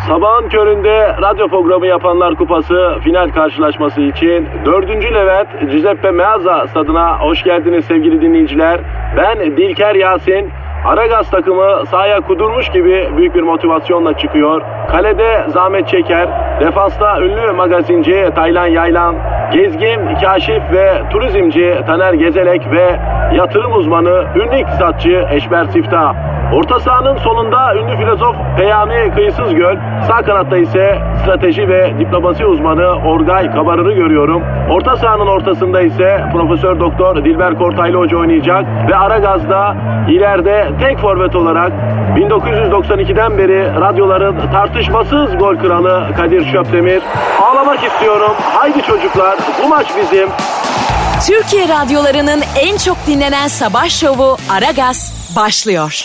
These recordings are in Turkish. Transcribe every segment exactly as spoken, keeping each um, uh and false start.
Sabahın köründe radyo programı yapanlar kupası final karşılaşması için dördüncü Levent Giuseppe Meazza stadına hoş geldiniz sevgili dinleyiciler. Ben Dilker Yasin. Aragaz takımı sahaya kudurmuş gibi büyük bir motivasyonla çıkıyor. Kalede Zahmet Çeker, defansta ünlü magazinci Taylan Yaylan, gezgin, kaşif ve turizmci Taner Gezelek ve yatırım uzmanı, ünlü iktisatçı Eşber Siftah. Orta sahanın solunda ünlü filozof Peyami Kıyısızgöl, sağ kanatta ise strateji ve diplomasi uzmanı Orgay Kabarır'ı görüyorum. Orta sahanın ortasında ise Profesör Doktor Dilber Kortaylı Hoca oynayacak ve Aragaz'da ileride tek forvet olarak bin dokuz yüz doksan ikiden beri radyoların tartışmasız gol kralı Kadir Şöpdemir. Ağlamak istiyorum. Haydi çocuklar, bu maç bizim. Türkiye radyolarının en çok dinlenen sabah şovu Aragaz başlıyor.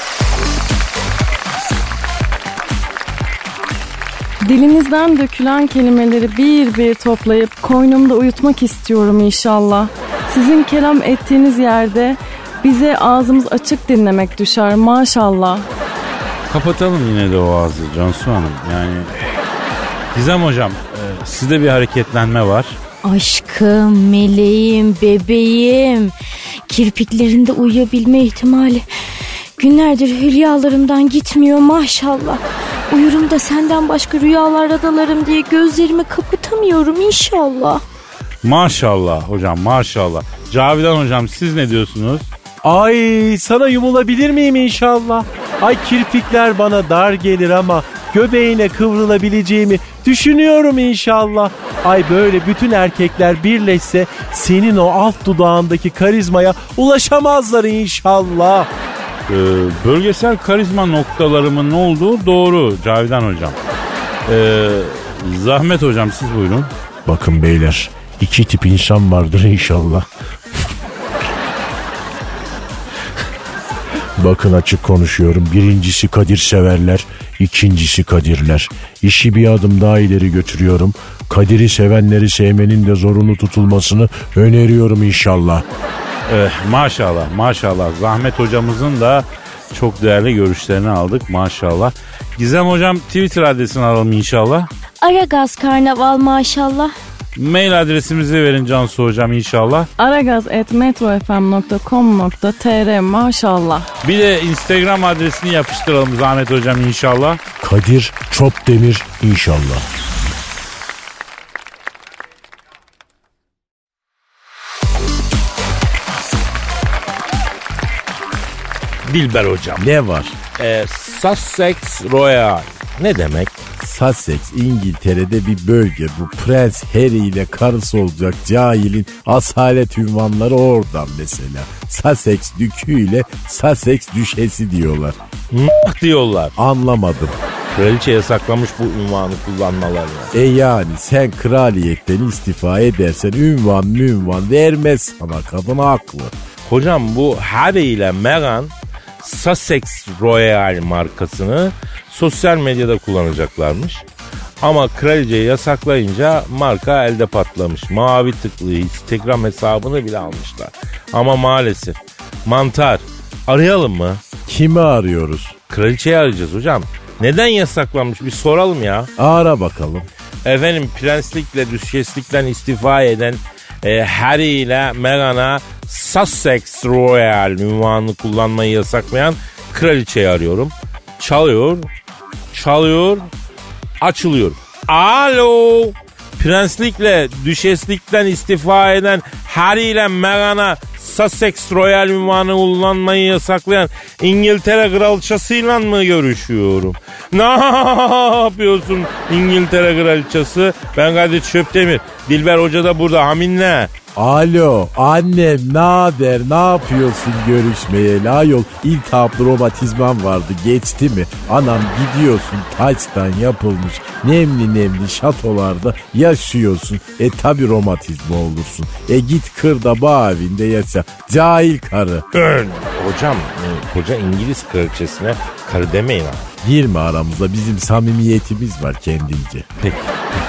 Dilinizden dökülen kelimeleri bir bir toplayıp koynumda uyutmak istiyorum inşallah. Sizin kelam ettiğiniz yerde bize ağzımız açık dinlemek düşer maşallah. Kapatalım yine de o ağzı Cansu Hanım. Yani Gizem Hocam, e, sizde bir hareketlenme var. Aşkım, meleğim, bebeğim. Kirpiklerinde uyuyabilme ihtimali günlerdir hülyalarımdan gitmiyor maşallah. Uyurum da senden başka rüyalara dalarım diye gözlerimi kapatamıyorum inşallah. Maşallah hocam, maşallah. Cavidan hocam, siz ne diyorsunuz? Ay, sana yumulabilir miyim inşallah? Ay, kirpikler bana dar gelir ama göbeğine kıvrılabileceğimi düşünüyorum inşallah. Ay, böyle bütün erkekler birleşse senin o alt dudağındaki karizmaya ulaşamazlar inşallah. Ee, bölgesel karizma noktalarımın ne olduğu doğru Cavidan hocam. Ee, Zahmet hocam, siz buyurun. Bakın beyler, iki tip insan vardır inşallah. Bakın, açık konuşuyorum. Birincisi Kadir severler, ikincisi Kadirler. İşi bir adım daha ileri götürüyorum. Kadir'i sevenleri sevmenin de zorunlu tutulmasını öneriyorum inşallah. Ee, maşallah, maşallah. Zahmet hocamızın da çok değerli görüşlerini aldık maşallah. Gizem hocam, Twitter adresini alalım inşallah. Aragaz Karnaval maşallah. Mail adresimizi verin Cansu hocam inşallah. aragaz at metrofm nokta com nokta tr maşallah. Bir de Instagram adresini yapıştıralım Zahmet hocam inşallah. Kadir Çopdemir inşallah. Dilber hocam. Ne var? Ee, Sussex Royal ne demek? Sussex İngiltere'de bir bölge. Bu Prens Harry ile karısı olacak cahilin asalet ünvanları oradan mesela. Sussex dükü ile Sussex düşesi diyorlar. M*** diyorlar. Anlamadım. Kraliçe yasaklamış bu ünvanı kullanmalarını. E yani sen kraliyetten istifa edersen ünvan münvan vermez sana, kadın haklı. Hocam, bu Harry ile Meghan Sussex Royal markasını sosyal medyada kullanacaklarmış. Ama kraliçeyi yasaklayınca marka elde patlamış. Mavi tıklı Instagram hesabını bile almışlar. Ama maalesef mantar. Arayalım mı? Kimi arıyoruz? Kraliçeyi arayacağız hocam. Neden yasaklanmış bir soralım ya. Ara bakalım. Efendim, prenslikle düşeslikten istifa eden e, Harry ile Meghan'a Sussex Royal ünvanını kullanmayı yasaklayan kraliçeyi arıyorum. Çalıyor, çalıyor, açılıyor. Alo, prenslikle düşeslikten istifa eden Harry ile Meghan'a Sussex Royal ünvanı kullanmayı yasaklayan İngiltere kraliçesiyle mı görüşüyorum? Ne yapıyorsun İngiltere kraliçesi? Ben Kadir Şöpdemir. Dilber Hoca da burada, haminle. Alo annem, ne haber, ne yapıyorsun görüşmeyeli ayol? İltihaplı romatizman vardı, geçti mi? Anam, gidiyorsun taçtan yapılmış nemli nemli şatolarda yaşıyorsun. E tabi romatizma olursun. E git kırda bağ evinde yaşa, cahil karı. Ön. Hocam, koca İngiliz kraliçesine karı demeyin abi. Girme aramıza, bizim samimiyetimiz var kendince. Peki.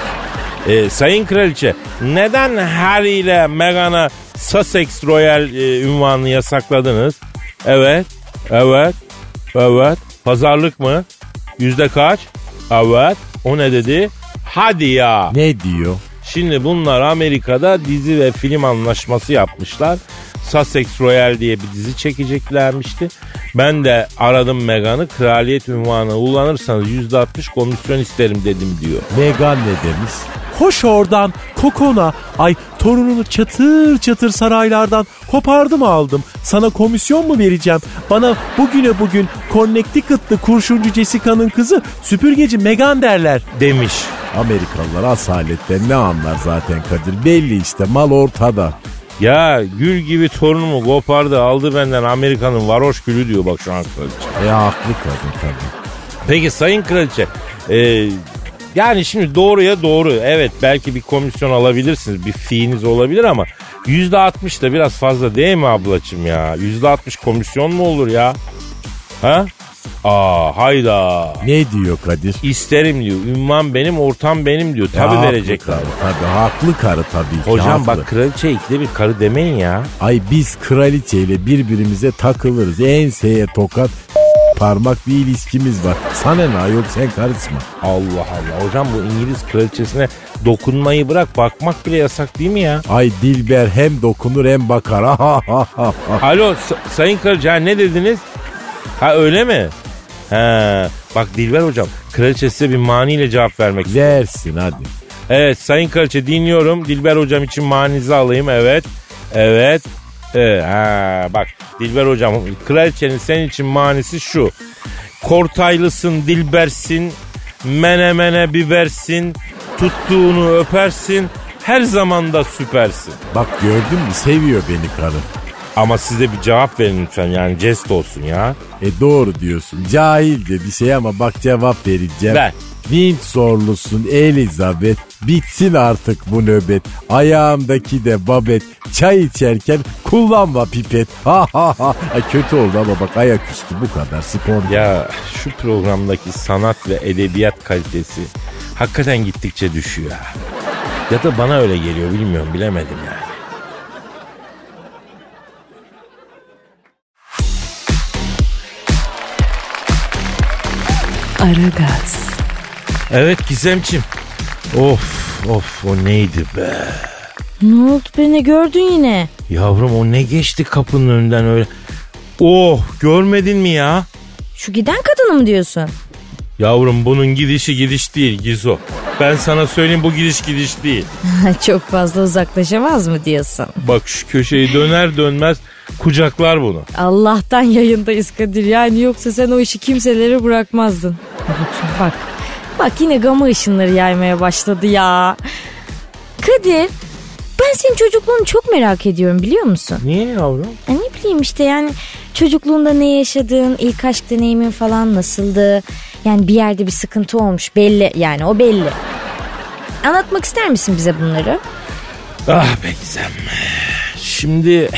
Ee, Sayın Kraliçe, neden Harry ile Meghan'a Sussex Royal e, ünvanını yasakladınız? Evet, evet, evet. Pazarlık mı? Yüzde kaç? Evet. O ne dedi? Hadi ya. Ne diyor? Şimdi bunlar Amerika'da dizi ve film anlaşması yapmışlar. Sussex Royal diye bir dizi çekeceklermişti. Ben de aradım Meghan'ı, kraliyet unvanı kullanırsanız yüzde altmış komisyon isterim dedim diyor. Meghan ne demiş? Hoş oradan kokona. Ay torununu çatır çatır saraylardan kopardım aldım. Sana komisyon mu vereceğim? Bana bugüne bugün Connecticut'lı kurşuncu Jessica'nın kızı süpürgeci Meghan derler demiş. Amerikalılar asaletten ne anlar zaten Kadir? Belli işte, mal ortada. Ya gül gibi torunumu kopardı aldı benden Amerika'nın varoş gülü diyor bak şu an kraliçe. E haklı kadın tabii. Peki sayın kraliçe e, yani şimdi doğruya doğru evet belki bir komisyon alabilirsiniz bir fiiniz olabilir ama yüzde altmış da biraz fazla değil mi ablacığım ya? Yüzde altmış komisyon mu olur ya? Ha? Aa hayda. Ne diyor Kadir? İsterim diyor. Ünvan benim, ortam benim diyor. Tabii ya verecekler. Haklı karı, tabii haklı karı tabii ki. Hocam haklı. bak kraliçe ikide bir karı demeyin ya. Ay biz kraliçeyle birbirimize takılırız. Enseye tokat parmak bir ilişkimiz var. Sana ne ayol, sen karışma. Allah Allah. Hocam bu İngiliz kraliçesine dokunmayı bırak bakmak bile yasak değil mi ya? Ay Dilber hem dokunur hem bakar. Alo s- sayın kraliçe ha, ne dediniz? Ha öyle mi? He, bak Dilber hocam kraliçe size bir maniyle cevap vermek istiyor. Versin hadi. Evet sayın kraliçe dinliyorum. Dilber hocam için maninizi alayım. Evet. Evet. Evet. Ha, bak Dilber hocam kraliçenin senin için manisi şu. Kortaylısın, dilbersin, mene mene bibersin, tuttuğunu öpersin, her zaman da süpersin. Bak gördün mü, seviyor beni karı. Ama size bir cevap verin lütfen yani jest olsun ya. E doğru diyorsun. Cahilce bir şey ama bak cevap vereceğim. Ver. Windsor'lusun Elizabeth. Bitsin artık bu nöbet. Ayağımdaki de babet. Çay içerken kullanma pipet. Ha ha ha. Ay, kötü oldu ama bak ayaküstü bu kadar spor. Ya şu programdaki sanat ve edebiyat kalitesi hakikaten gittikçe düşüyor. Ya da bana öyle geliyor bilmiyorum bilemedim yani. Aragaz. Evet Gizemciğim. Of of o neydi be? Ne oldu beni gördün yine? Yavrum o ne geçti kapının önünden öyle. Oh görmedin mi ya? Şu giden kadını mı diyorsun? Yavrum bunun gidişi gidiş değil Gizo. Ben sana söyleyeyim bu gidiş gidiş değil. Çok fazla uzaklaşamaz mı diyorsun? Bak şu köşeyi döner dönmez kucaklar bunu. Allah'tan yayındayız Kadir. Yani yoksa sen o işi kimselere bırakmazdın. Bak, bak yine gama ışınları yaymaya başladı ya. Kadir, ben senin çocukluğunu çok merak ediyorum biliyor musun? Niye yavrum? Ya ne bileyim işte yani çocukluğunda ne yaşadın, ilk aşk deneyimin falan nasıldı? Yani bir yerde bir sıkıntı olmuş belli, yani o belli. Anlatmak ister misin bize bunları? Ah be Gizem. Şimdi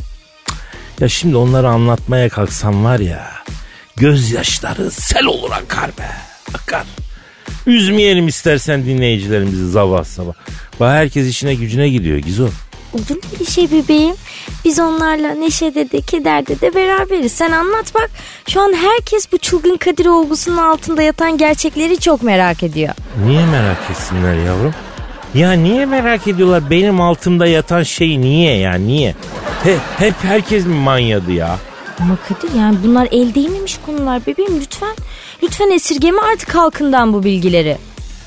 ya şimdi onları anlatmaya kalksam var ya gözyaşları sel olur akar be. Akar. Üzmeyelim istersen dinleyicilerimizi sabah sabah. Bak herkes işine gücüne gidiyor Gizo. Olur mu bir şey bebeğim? Biz onlarla neşede de kederde de beraberiz. Sen anlat bak. Şu an herkes bu çılgın Kadir olgusunun altında yatan gerçekleri çok merak ediyor. Niye merak etsinler yavrum? Ya niye merak ediyorlar benim altımda yatan şeyi niye ya niye? He, hep herkes mi manyadı ya? Ama Kadir yani bunlar el değmemiş konular bebeğim lütfen. Lütfen esirgeme artık halkından bu bilgileri.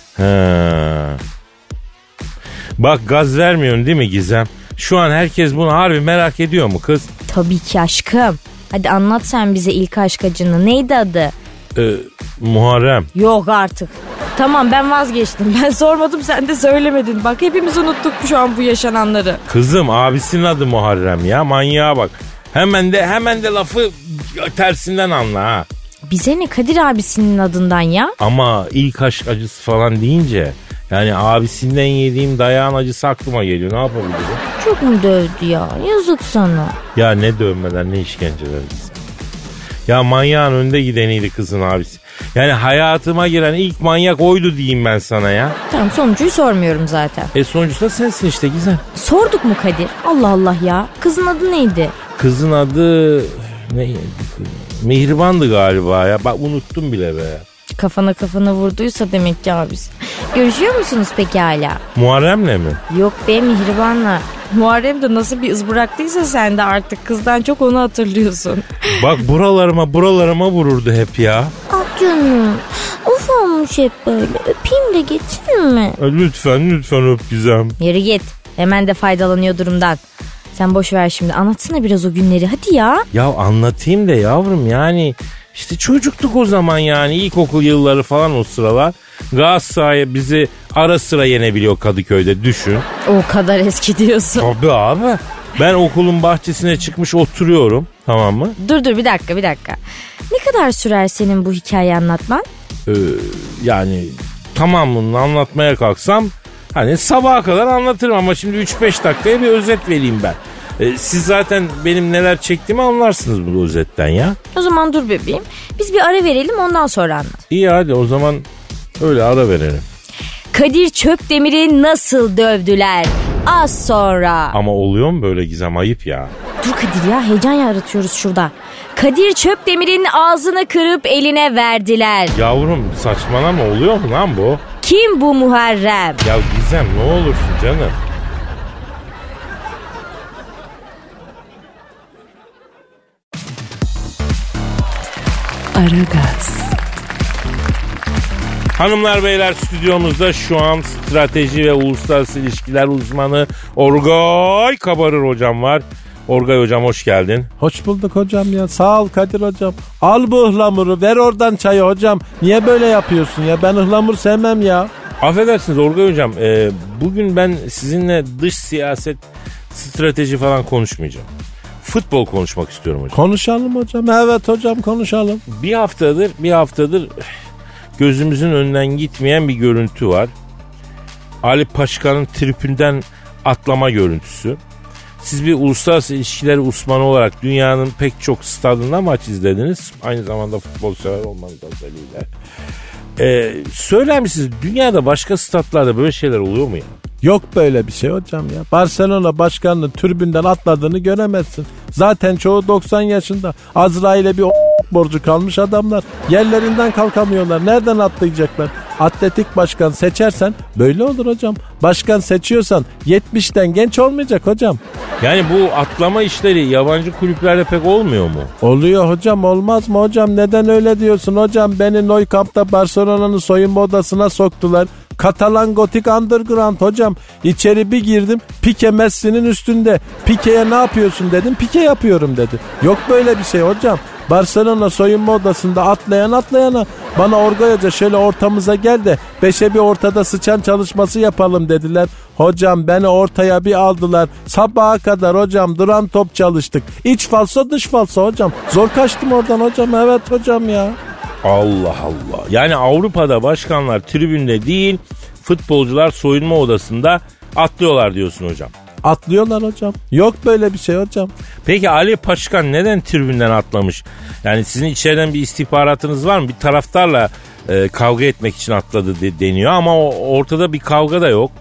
He. Bak gaz vermiyorsun değil mi Gizem? Şu an herkes bunu harbi merak ediyor mu kız? Tabii ki aşkım. Hadi anlat sen bize ilk aşk acını. Neydi adı? Ee, Muharrem. Yok artık. Tamam ben vazgeçtim. Ben sormadım sen de söylemedin. Bak hepimiz unuttuk şu an bu yaşananları. Kızım abisinin adı Muharrem ya manyağa bak. Hemen de hemen de lafı tersinden anla ha. Bize ne Kadir abisinin adından ya? Ama ilk aşk acısı falan deyince yani abisinden yediğim dayağın acısı aklıma geliyor. Ne yapabilirim? Çok mu dövdü ya? Yazık sana. Ya ne dövmeler ne işkenceler. Ya manyağın önde gideniydi kızın abisi. Yani hayatıma giren ilk manyak oydu diyeyim ben sana ya. Tamam sonucuyu sormuyorum zaten. E sonucu da sensin işte Gizem. Sorduk mu Kadir? Allah Allah ya. Kızın adı neydi? Kızın adı ne? Mihriban'dı galiba ya. Bak unuttum bile be. kafana kafana vurduysa demek ki abisi. Görüşüyor musunuz peki hala? Muharrem'le mi? Yok be, Mihriban'la. Muharrem de nasıl bir iz bıraktıysa sen de artık kızdan çok onu hatırlıyorsun. Bak buralarıma buralarıma vururdu hep ya. Ah canım. Of olmuş hep böyle. Öpeyim de geçsin mi? E, lütfen lütfen öp Gizem. Yürü git. Hemen de faydalanıyor durumdan. Sen boş ver şimdi. Anlatsana biraz o günleri. Hadi ya. Ya anlatayım da yavrum, yani işte çocuktuk o zaman, yani ilkokul yılları falan o sıralar. Galatasaray bizi ara sıra yenebiliyor Kadıköy'de, düşün. O kadar eski diyorsun. Tabii abi. Ben okulun bahçesine çıkmış oturuyorum, tamam mı? Dur dur bir dakika bir dakika. Ne kadar sürer senin bu hikayeyi anlatman? Ee, yani tamamını anlatmaya kalksam hani sabaha kadar anlatırım ama şimdi üç beş dakikaya bir özet vereyim ben. Ee, siz zaten benim neler çektiğimi anlarsınız bu özetten ya. O zaman dur bebeğim. Biz bir ara verelim, ondan sonra anlat. İyi hadi o zaman öyle ara verelim. Kadir Çöpdemir'i nasıl dövdüler? Az sonra. Ama oluyor mu böyle Gizem, ayıp ya. Dur Kadir ya, heyecan yaratıyoruz şurada. Kadir Çöpdemir'in ağzını kırıp eline verdiler. Yavrum saçmalama, oluyor mu lan bu? Kim bu Muharrem? Ya Gizem ne olursun canım. Aragaz. Hanımlar beyler, stüdyomuzda şu an strateji ve uluslararası ilişkiler uzmanı Orgay Kabarır hocam var. Orgay hocam hoş geldin. Hoş bulduk hocam ya. Sağ ol Kadir hocam. Al bu ıhlamuru, ver oradan çayı hocam. Niye böyle yapıyorsun ya? Ben ıhlamur sevmem ya. Affedersiniz Orgay hocam. E, bugün ben sizinle dış siyaset, strateji falan konuşmayacağım. Futbol konuşmak istiyorum hocam. Konuşalım hocam. Evet hocam, konuşalım. Bir haftadır, bir haftadır gözümüzün önünden gitmeyen bir görüntü var. Ali Paşkan'ın tribünden atlama görüntüsü. Siz bir uluslararası ilişkiler uzmanı olarak dünyanın pek çok stadında maç izlediniz. Aynı zamanda futbol sever olmanız özelliğiyle. Ee, söyler misiniz, dünyada başka statlarda böyle şeyler oluyor mu ya? Yok böyle bir şey hocam ya. Barcelona başkanının tribünden atladığını göremezsin. Zaten çoğu doksan yaşında. Azrail'e bir o borcu kalmış adamlar. Yerlerinden kalkamıyorlar. Nereden atlayacaklar? Atletik başkan seçersen böyle olur hocam. Başkan seçiyorsan yetmişten genç olmayacak hocam. Yani bu atlama işleri yabancı kulüplerde pek olmuyor mu? Oluyor hocam, olmaz mı hocam? Neden öyle diyorsun hocam? Beni Nou Camp'ta Barcelona'nın soyunma odasına soktular. Katalan Gotik Underground hocam. İçeri bir girdim, Pique Messi'nin üstünde. Pique'ye ne yapıyorsun dedim, Pique yapıyorum dedi. Yok böyle bir şey hocam. Barcelona soyunma odasında atlayan atlayana, bana Orgay Hoca şöyle ortamıza gel de beşe bir ortada sıçan çalışması yapalım dediler. Hocam beni ortaya bir aldılar. Sabaha kadar hocam duran top çalıştık. İç falso dış falso hocam. Zor kaçtım oradan hocam. Evet hocam ya. Allah Allah. Yani Avrupa'da başkanlar tribünde değil, futbolcular soyunma odasında atlıyorlar diyorsun hocam. Atlıyorlar hocam. Yok böyle bir şey hocam. Peki Ali Paşkan neden tribünden atlamış? Yani sizin içeriden bir istihbaratınız var mı? Bir taraftarla e, kavga etmek için atladı de, deniyor ama o, ortada bir kavga da yok.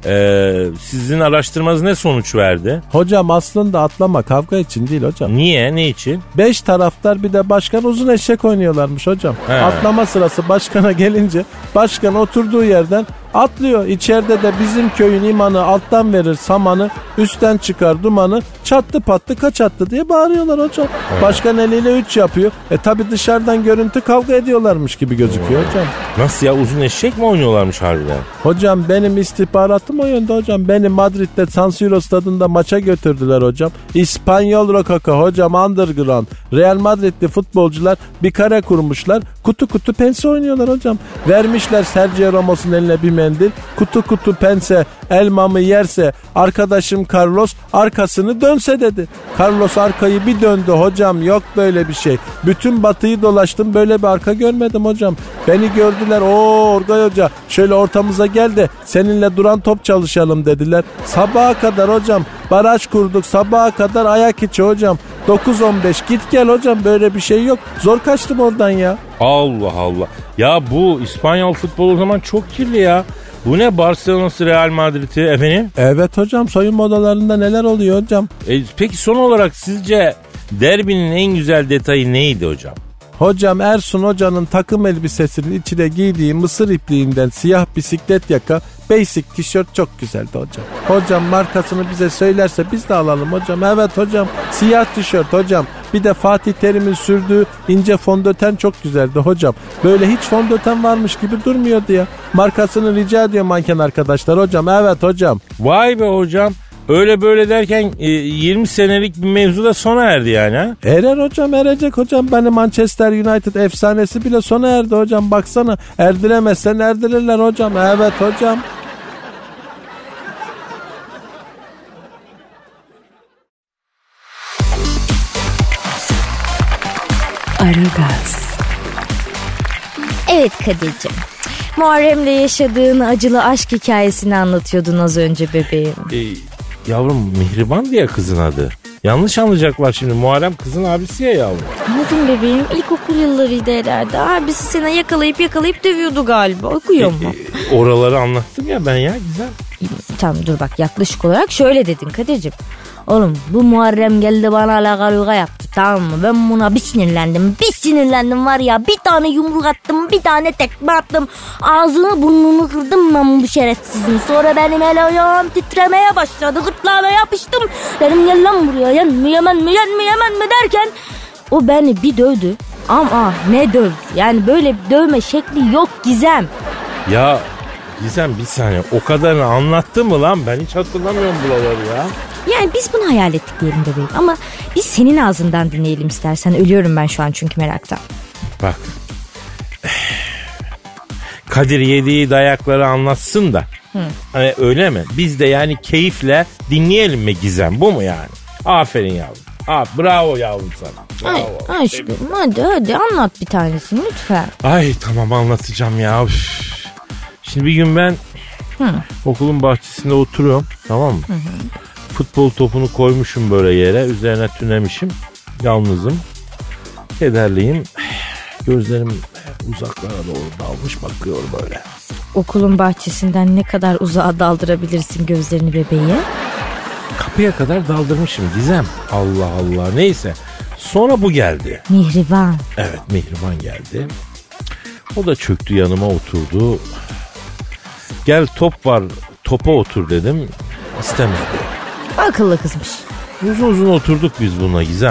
Ee, sizin araştırmanız ne sonuç verdi? Hocam aslında atlama kavga için değil hocam. Niye? Ne için? Beş taraftar bir de başkan uzun eşek oynuyorlarmış hocam. He. Atlama sırası başkana gelince başkan oturduğu yerden atlıyor. İçeride de bizim köyün imanı alttan verir samanı, üstten çıkar dumanı, çattı pattı kaç attı diye bağırıyorlar hocam. He. Başkan eliyle üç yapıyor. E tabi dışarıdan görüntü kavga ediyorlarmış gibi gözüküyor He. hocam. Nasıl ya, uzun eşek mi oynuyorlarmış harbiden? Hocam benim istihbaratım o yönde hocam. Beni Madrid'de San Siro stadında maça götürdüler hocam. İspanyol Rococo hocam underground. Real Madrid'li futbolcular bir kare kurmuşlar. Kutu kutu pense oynuyorlar hocam. Vermişler Sergio Ramos'un eline bir mendil. Kutu kutu pense elmamı yerse arkadaşım Carlos arkasını dönse dedi. Carlos arkayı bir döndü hocam, yok böyle bir şey. Bütün batıyı dolaştım, böyle bir arka görmedim hocam. Beni gördüler, ooo Orgay Hoca şöyle ortamıza gel de seninle duran top çalışalım dediler. Sabaha kadar hocam baraj kurduk, sabaha kadar ayak içi hocam. dokuz on beş git gel hocam, böyle bir şey yok. Zor kaçtım oradan ya. Allah Allah. Ya bu İspanyol futbolu o zaman çok kirli ya. Bu ne, Barcelona'sı Real Madrid'i efendim? Evet hocam, soyunma odalarında neler oluyor hocam? E, peki son olarak sizce derbinin en güzel detayı neydi hocam? Hocam Ersun Hoca'nın takım elbisesinin içine giydiği mısır ipliğinden siyah bisiklet yaka basic tişört çok güzeldi hocam. Hocam markasını bize söylerse biz de alalım hocam. Evet hocam, siyah tişört hocam. Bir de Fatih Terim'in sürdüğü ince fondöten çok güzeldi hocam. Böyle hiç fondöten varmış gibi durmuyordu ya. Markasını rica ediyor manken arkadaşlar hocam. Evet hocam. Vay be hocam. Öyle böyle derken e, yirmi senelik bir mevzu da sona erdi yani ha? Erer hocam, erecek hocam. Benim Manchester United efsanesi bile sona erdi hocam. Baksana, erdiremezsen erdirirler hocam. Evet hocam. Aragaz. Evet Kadir'cim. Muharrem'le yaşadığın acılı aşk hikayesini anlatıyordun az önce bebeğim. E, yavrum Mihriban diye kızın adı. Yanlış anlayacaklar şimdi. Muharrem kızın abisi ya yavrum. Anladım bebeğim. İlkokul yıllarıydı herhalde. Abisi seni yakalayıp yakalayıp dövüyordu galiba. Okuyor mu? E, e, oraları anlattım ya ben ya, güzel. Tamam dur bak, yaklaşık olarak şöyle dedin Kadir'cim. Oğlum bu Muharrem geldi bana alakalı yoga yaptı, tamam mı? Ben buna bir sinirlendim. Bir sinirlendim var ya, bir tane yumruk attım, bir tane tekme attım. Ağzını burnunu kırdım ben bu şerefsizin. Sonra benim el ayağım titremeye başladı. Gırtlağına yapıştım. Dedim gel lan buraya, yen mi yemen mi yen mi yemen mi derken o beni bir dövdü. Ama ne dövdü? Yani böyle bir dövme şekli yok Gizem. Ya Gizem bir saniye, o kadarını anlattı mı lan? Ben hiç hatırlamıyorum buraları ya. Yani biz bunu hayal ettik diyelim bebeğim. Ama biz senin ağzından dinleyelim istersen. Ölüyorum ben şu an çünkü meraktan. Bak. Kadir yediği dayakları anlatsın da. Hı. Hani öyle mi? Biz de yani keyifle dinleyelim mi Gizem? Bu mu yani? Aferin yavrum. Ha, bravo yavrum sana. Bravo. Ay aşkım hadi hadi anlat bir tanesini lütfen. Ay tamam anlatacağım ya. Üf. Şimdi bir gün ben Hı. okulun bahçesinde oturuyorum, tamam mı? Hı hı. Futbol topunu koymuşum böyle yere, üzerine tünemişim, yalnızım, kederliyim, gözlerim uzaklara doğru dalmış bakıyor böyle. Okulun bahçesinden ne kadar uzağa daldırabilirsin gözlerini bebeğe? Kapıya kadar daldırmışım Gizem. Allah Allah, neyse. Sonra bu geldi. Mihriban. Evet, Mihriban geldi. O da çöktü yanıma, oturdu. Gel top var, topa otur dedim. İstemedi. Akıllı kızmış. Uzun uzun oturduk biz bununla Gizem.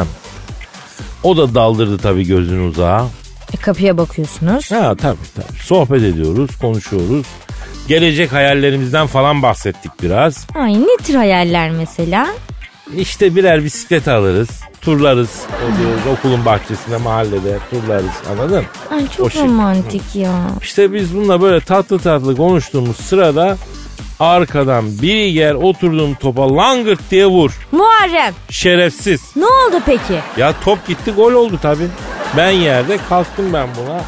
O da daldırdı tabii gözünü uzağa. E, kapıya bakıyorsunuz. Ha tabii tabii. Sohbet ediyoruz, konuşuyoruz. Gelecek hayallerimizden falan bahsettik biraz. Ay ne tür hayaller mesela? İşte birer bisiklet alırız. Turlarız. O diyoruz, okulun bahçesinde, mahallede turlarız, anladın? Ay çok o romantik şey. Ya. İşte biz bununla böyle tatlı tatlı konuştuğumuz sırada arkadan bir yer oturduğum topa langırt diye vur. Muharrem. Şerefsiz. Ne oldu peki? Ya top gitti, gol oldu tabii. Ben yerde kalktım ben buna.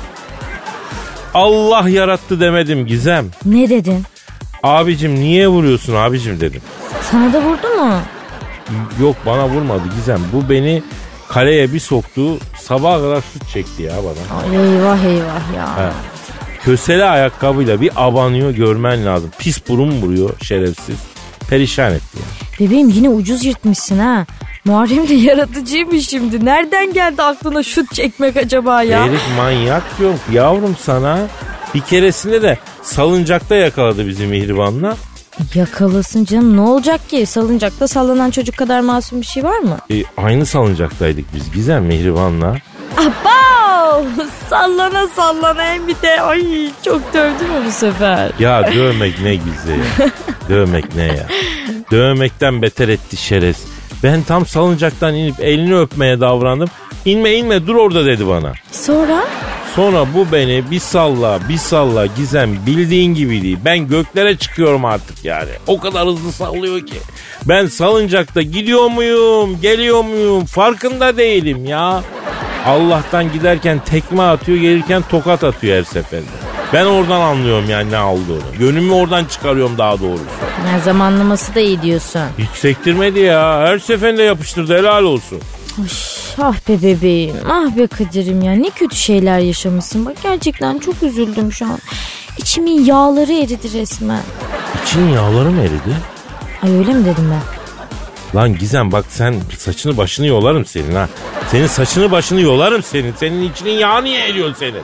Allah yarattı demedim Gizem. Ne dedin? Abicim niye vuruyorsun abicim dedim. Sana da vurdu mu? Yok bana vurmadı Gizem. Bu beni kaleye bir soktu. Sabaha kadar şut çekti ya bana. Ay eyvah eyvah ya. He. Kösele ayakkabıyla bir abanıyor, görmen lazım. Pis burun vuruyor şerefsiz. Perişan etti ya. Bebeğim yine ucuz yırtmışsın ha. Muharrem de yaratıcıymış şimdi. Nereden geldi aklına şut çekmek acaba ya? Herif manyak yok yavrum sana. Bir keresinde de salıncakta yakaladı bizi Mihriban'la. Yakalasın canım, ne olacak ki? Salıncakta sallanan çocuk kadar masum bir şey var mı? E, aynı salıncaktaydık biz Gizem Mihriban'la. Abav! Sallana sallana hem bir de ay çok dövdü mü bu sefer? Ya dövmek ne Gizli ya. Dövmek ne ya. Dövmekten beter etti şerefsiz. Ben tam salıncaktan inip elini öpmeye davrandım. İnme inme dur orada dedi bana. Sonra? Sonra bu beni bir salla bir salla Gizem, bildiğin gibi değil. Ben göklere çıkıyorum artık yani. O kadar hızlı sallıyor ki. Ben salıncakta gidiyor muyum geliyor muyum farkında değilim ya. Allah'tan giderken tekme atıyor, gelirken tokat atıyor her seferinde. Ben oradan anlıyorum yani ne olduğunu. Yönümü oradan çıkarıyorum daha doğrusu. Ya zamanlaması da iyi diyorsun. Hiç sektirmedi ya. Her seferinde yapıştırdı, helal olsun. Uş, ah be bebeğim, ah be Kadir'im ya, ne kötü şeyler yaşamışsın. Bak gerçekten çok üzüldüm şu an. İçimin yağları eridi resmen. İçin yağları mı eridi? Ay öyle mi dedim ben? Lan Gizem bak sen saçını başını yolarım senin ha. Senin saçını başını yolarım senin. Senin içinin yağı niye eriyor senin?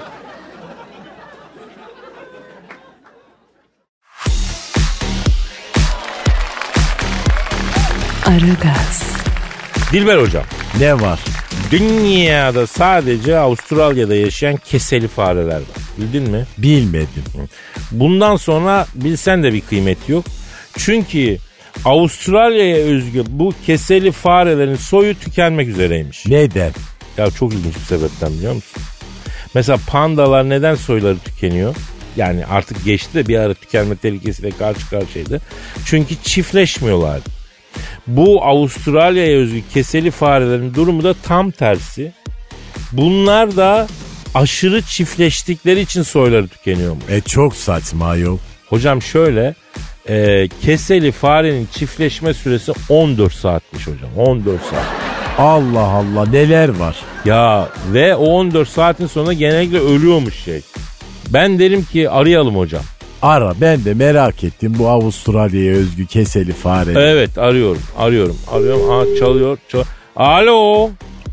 Aragaz. Dilber hocam. Ne var? Dünyada sadece Avustralya'da yaşayan keseli fareler var. Bildin mi? Bilmedim. Bundan sonra bilsen de bir kıymeti yok. Çünkü Avustralya'ya özgü bu keseli farelerin soyu tükenmek üzereymiş. Neden? Ya çok ilginç bir sebepten biliyor musun? Mesela pandalar neden soyları tükeniyor? Yani artık geçti de bir ara tükenme tehlikesiyle karşı karşıyaydı. Çünkü çiftleşmiyorlardı. Bu Avustralya'ya özgü keseli farelerin durumu da tam tersi. Bunlar da aşırı çiftleştikleri için soyları tükeniyormuş. E çok saçma ayol. Hocam şöyle, e, keseli farenin çiftleşme süresi on dört saatmiş hocam. on dört saat. Allah Allah, neler var? Ya ve o on dört saatin sonunda genellikle ölüyormuş şey. Ben derim ki arayalım hocam. Ara, ben de merak ettim bu Avustralya'ya özgü keseli fare. Evet, arıyorum arıyorum arıyorum. Aa, çalıyor çalıyor. Alo.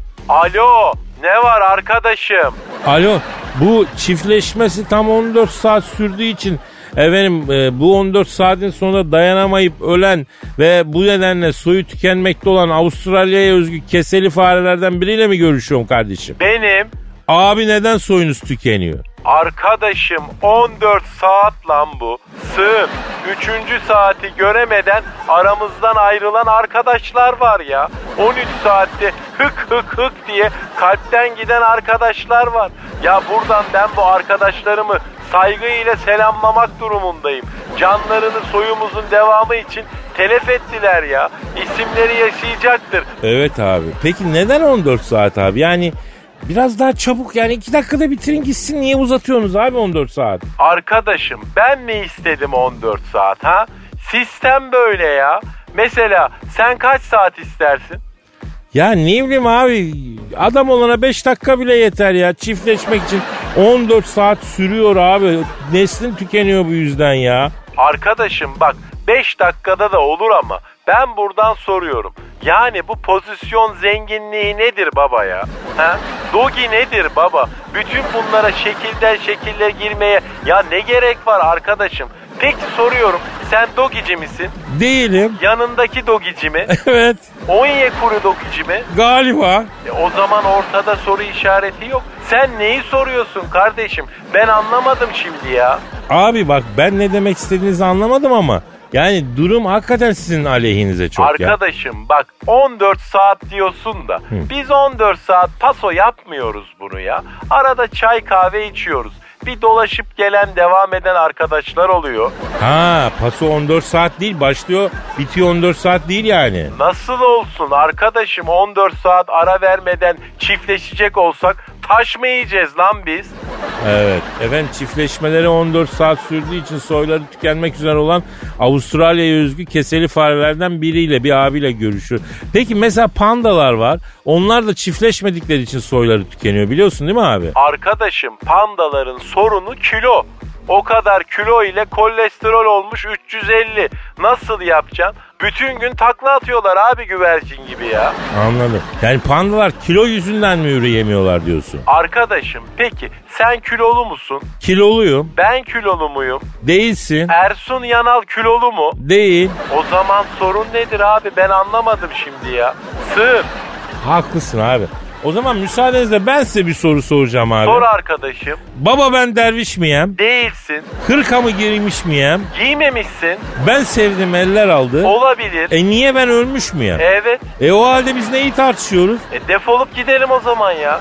Alo, ne var arkadaşım? Alo, bu çiftleşmesi tam on dört saat sürdüğü için efendim e, bu on dört saatin sonunda dayanamayıp ölen ve bu nedenle soyu tükenmekte olan Avustralya'ya özgü keseli farelerden biriyle mi görüşüyorum kardeşim? Benim. Abi neden soyunuz tükeniyor? Arkadaşım on dört saat lan bu. Sığın. Üçüncü saati göremeden aramızdan ayrılan arkadaşlar var ya. on üç saatte hık hık hık diye kalpten giden arkadaşlar var. Ya buradan ben bu arkadaşlarımı saygıyla selamlamak durumundayım. Canlarını soyumuzun devamı için telef ettiler ya. İsimleri yaşayacaktır. Evet abi. Peki neden on dört saat abi? Yani biraz daha çabuk, yani iki dakikada bitirin gitsin. Niye uzatıyorsunuz abi on dört saat? Arkadaşım ben mi istedim on dört saat ha? Sistem böyle ya. Mesela sen kaç saat istersin? Ya ne bileyim abi, adam olana beş dakika bile yeter ya çiftleşmek için. on dört saat sürüyor abi. Neslin tükeniyor bu yüzden ya. Arkadaşım bak beş dakikada da olur ama ben buradan soruyorum. Yani bu pozisyon zenginliği nedir baba ya? Ha? Dogi nedir baba? Bütün bunlara şekilden şekille girmeye ya ne gerek var arkadaşım? Peki soruyorum, sen dogici misin? Değilim. Yanındaki dogici mi? Evet. Onyekuru dogici mi? Galiba. E o zaman ortada soru işareti yok. Sen neyi soruyorsun kardeşim? Ben anlamadım şimdi ya. Abi bak, ben ne demek istediğinizi anlamadım ama yani durum hakikaten sizin aleyhinize çok. Arkadaşım ya. Bak on dört saat diyorsun da Hı. biz on dört saat paso yapmıyoruz bunu ya. Arada çay kahve içiyoruz. Bir dolaşıp gelen devam eden arkadaşlar oluyor. Ha, paso on dört saat değil, başlıyor bitiyor on dört saat değil yani. Nasıl olsun arkadaşım, on dört saat ara vermeden çiftleşecek olsak taş mı yiyeceğiz lan biz? Evet efendim, çiftleşmeleri on dört saat sürdüğü için soyları tükenmek üzere olan Avustralya'ya özgü keseli farelerden biriyle, bir abiyle görüşüyor. Peki mesela pandalar var, onlar da çiftleşmedikleri için soyları tükeniyor, biliyorsun değil mi abi? Arkadaşım pandaların sorunu kilo. O kadar kilo ile kolesterol olmuş üç yüz elli. Nasıl yapacaksın? Bütün gün takla atıyorlar abi, güvercin gibi ya. Anladım. Yani pandalar kilo yüzünden mi yürüyemiyorlar diyorsun? Arkadaşım peki sen kilolu musun? Kiloluyum. Ben kilolu muyum? Değilsin. Ersun Yanal kilolu mu? Değil. O zaman sorun nedir abi, ben anlamadım şimdi ya. Sığır. Haklısın abi. O zaman müsaadenizle ben size bir soru soracağım abi. Sor arkadaşım. Baba ben derviş miyim? Değilsin. Hırka mı giymiş miyim? Giymemişsin. Ben sevdim eller aldı. Olabilir. E niye ben ölmüş müyüm? Evet. E o halde biz neyi tartışıyoruz? E defolup gidelim o zaman ya.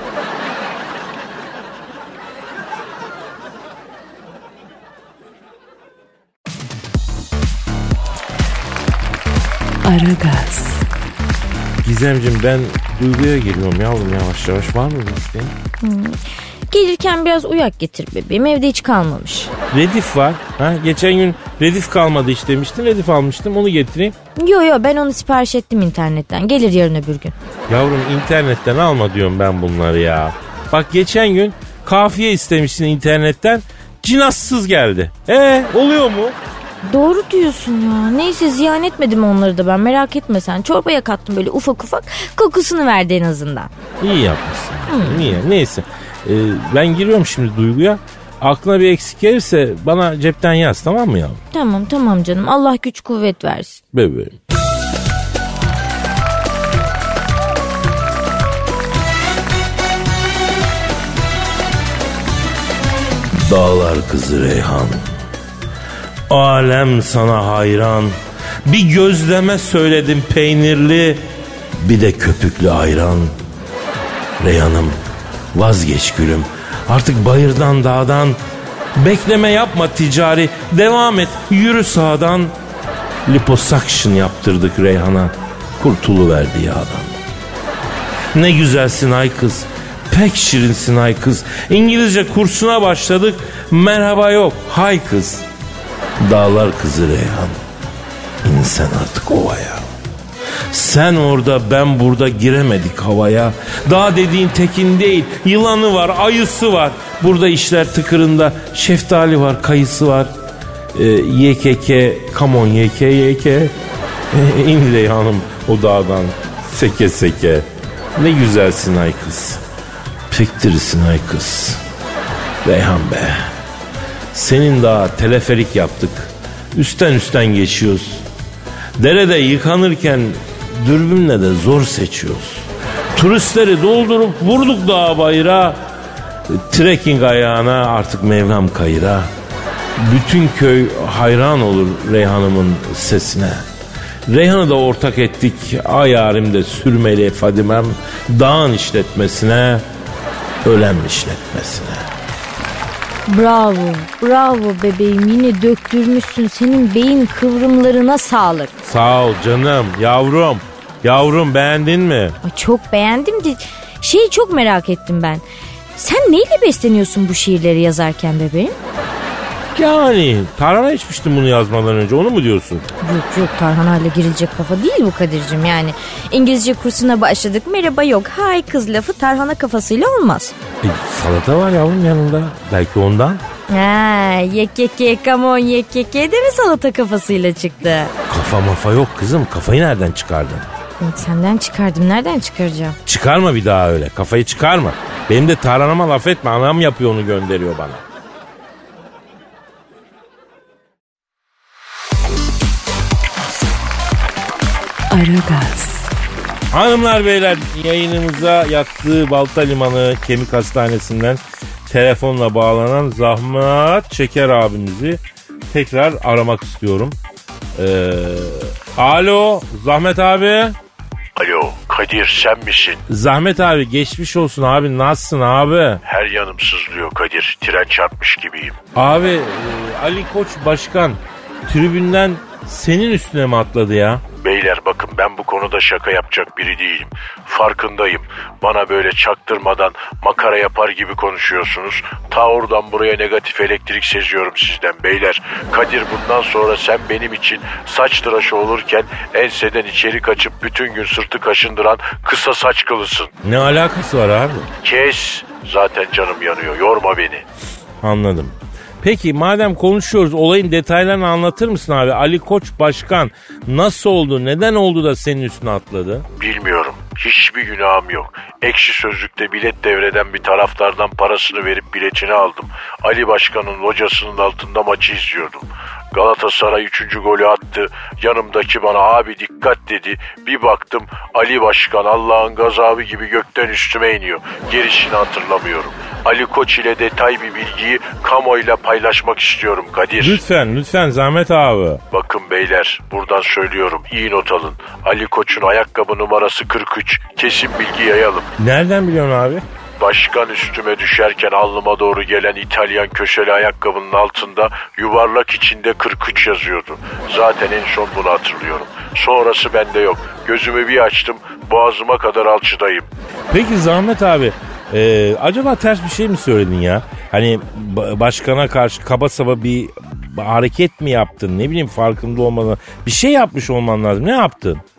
Aragaz. Gizemciğim ben duyguya giriyorum yavrum, yavaş yavaş, var mı bir isteğin? Hmm. Gelirken biraz uyak getir bebeğim, evde hiç kalmamış. Redif var. Ha, geçen gün redif kalmadı hiç demiştin, redif almıştım, onu getireyim. Yo yo, ben onu sipariş ettim internetten, gelir yarın öbür gün. Yavrum internetten alma diyorum ben bunları ya. Bak geçen gün kafiye istemişsin internetten, cinassız geldi. E oluyor mu? Doğru diyorsun ya. Neyse ziyan etmedim onları da ben, merak etme sen. Çorbaya kattım böyle ufak ufak, kokusunu verdi en azından. İyi yapmışsın. Hmm. Niye? Neyse. Ee, ben giriyorum şimdi Duygu'ya. Aklına bir eksik gelirse bana cepten yaz, tamam mı yavrum? Tamam tamam canım. Allah güç kuvvet versin. Bebeğim. Dağlar kızı Reyhan, alem sana hayran. Bir gözleme söyledim peynirli, bir de köpüklü ayran. Reyhan'ım vazgeç gülüm, artık bayırdan dağdan. Bekleme yapma ticari, devam et yürü sağdan. Liposuction yaptırdık Reyhan'a, kurtuluverdi yağdan. Ne güzelsin ay kız, pek şirinsin ay kız. İngilizce kursuna başladık, merhaba yok hay kız. Dağlar kızı Reyhan, in sen artık ovaya. Sen orada ben burada giremedik havaya. Dağ dediğin tekin değil, yılanı var, ayısı var. Burada işler tıkırında, şeftali var, kayısı var. Ee, Y K K, come on Y K Y K. Ee, in Reyhan'ım o dağdan, seke seke. Ne güzelsin ay kız, pek dirisin ay kız. Reyhan be, senin daha teleferik yaptık, üstten üstten geçiyoruz. Derede yıkanırken dürbünle de zor seçiyoruz. Turistleri doldurup vurduk dağa bayıra. Trekking ayağına artık Mevlam kayıra. Bütün köy hayran olur Reyhan'ımın sesine. Reyhan'ı da ortak ettik, ay yarim de sürmeli Fadimem. Dağın işletmesine, ölen işletmesine. Bravo, bravo bebeğim, yine döktürmüşsün, senin beyin kıvrımlarına sağlık. Sağ ol canım, yavrum. Yavrum beğendin mi? Ay çok beğendim de şeyi çok merak ettim ben. Sen neyle besleniyorsun bu şiirleri yazarken bebeğim? Yani tarhana içmiştim bunu yazmadan önce, onu mu diyorsun? Yok yok, tarhanayla girilecek kafa değil bu Kadir'cim. Yani İngilizce kursuna başladık, merhaba yok hay kız lafı tarhana kafasıyla olmaz. E, salata var yavrum yanında, belki ondan. Ha, yek yek yek come on yek yek yek de mi salata kafasıyla çıktı? Kafa mafa yok kızım, kafayı nereden çıkardın? Evet, senden çıkardım, nereden çıkaracağım? Çıkarma bir daha öyle, kafayı çıkarma. Benim de tarhanama laf etme, anam yapıyor onu, gönderiyor bana. Aragaz. Hanımlar beyler, yayınımıza yattığı Balta Limanı Kemik Hastanesi'nden telefonla bağlanan Zahmet Çeker abimizi tekrar aramak istiyorum. Ee, alo Zahmet abi. Alo Kadir, sen misin? Zahmet abi, geçmiş olsun abi, nasılsın abi? Her yanım sızlıyor Kadir, tren çarpmış gibiyim. Abi e, Ali Koç Başkan tribünden senin üstüne mi atladı ya? Beyler bakın, ben bu konuda şaka yapacak biri değilim. Farkındayım. Bana böyle çaktırmadan makara yapar gibi konuşuyorsunuz. Ta oradan buraya negatif elektrik seziyorum sizden beyler. Kadir, bundan sonra sen benim için saç tıraşı olurken enseden içeri kaçıp bütün gün sırtı kaşındıran kısa saç kılısın. Ne alakası var abi? Kes. Zaten canım yanıyor. Yorma beni. Anladım. Peki madem konuşuyoruz, olayın detaylarını anlatır mısın abi? Ali Koç Başkan nasıl oldu, neden oldu da senin üstüne atladı? Bilmiyorum. Hiçbir günahım yok. Ekşi Sözlük'te bilet devreden bir taraftardan parasını verip biletini aldım. Ali Başkan'ın locasının altında maçı izliyordum. Galatasaray üçüncü golü attı. Yanımdaki bana abi dikkat dedi. Bir baktım Ali Başkan Allah'ın gazabı gibi gökten üstüme iniyor. Gerisini hatırlamıyorum. Ali Koç ile detay bir bilgiyi kamuoyuyla paylaşmak istiyorum Kadir. Lütfen lütfen Zahmet abi. Bakın beyler, buradan söylüyorum, iyi not alın. Ali Koç'un ayakkabı numarası kırk üç. Kesin bilgi yayalım. Nereden biliyorsun abi? Başkan üstüme düşerken alnıma doğru gelen İtalyan köşeli ayakkabının altında yuvarlak içinde kırk üç yazıyordu. Zaten en son bunu hatırlıyorum. Sonrası bende yok. Gözümü bir açtım, boğazıma kadar alçıdayım. Peki Zahmet abi, e, acaba ters bir şey mi söyledin ya? Hani başkana karşı kaba saba bir hareket mi yaptın? Ne bileyim, farkında olmadan bir şey yapmış olman lazım. Ne yaptın? Bakın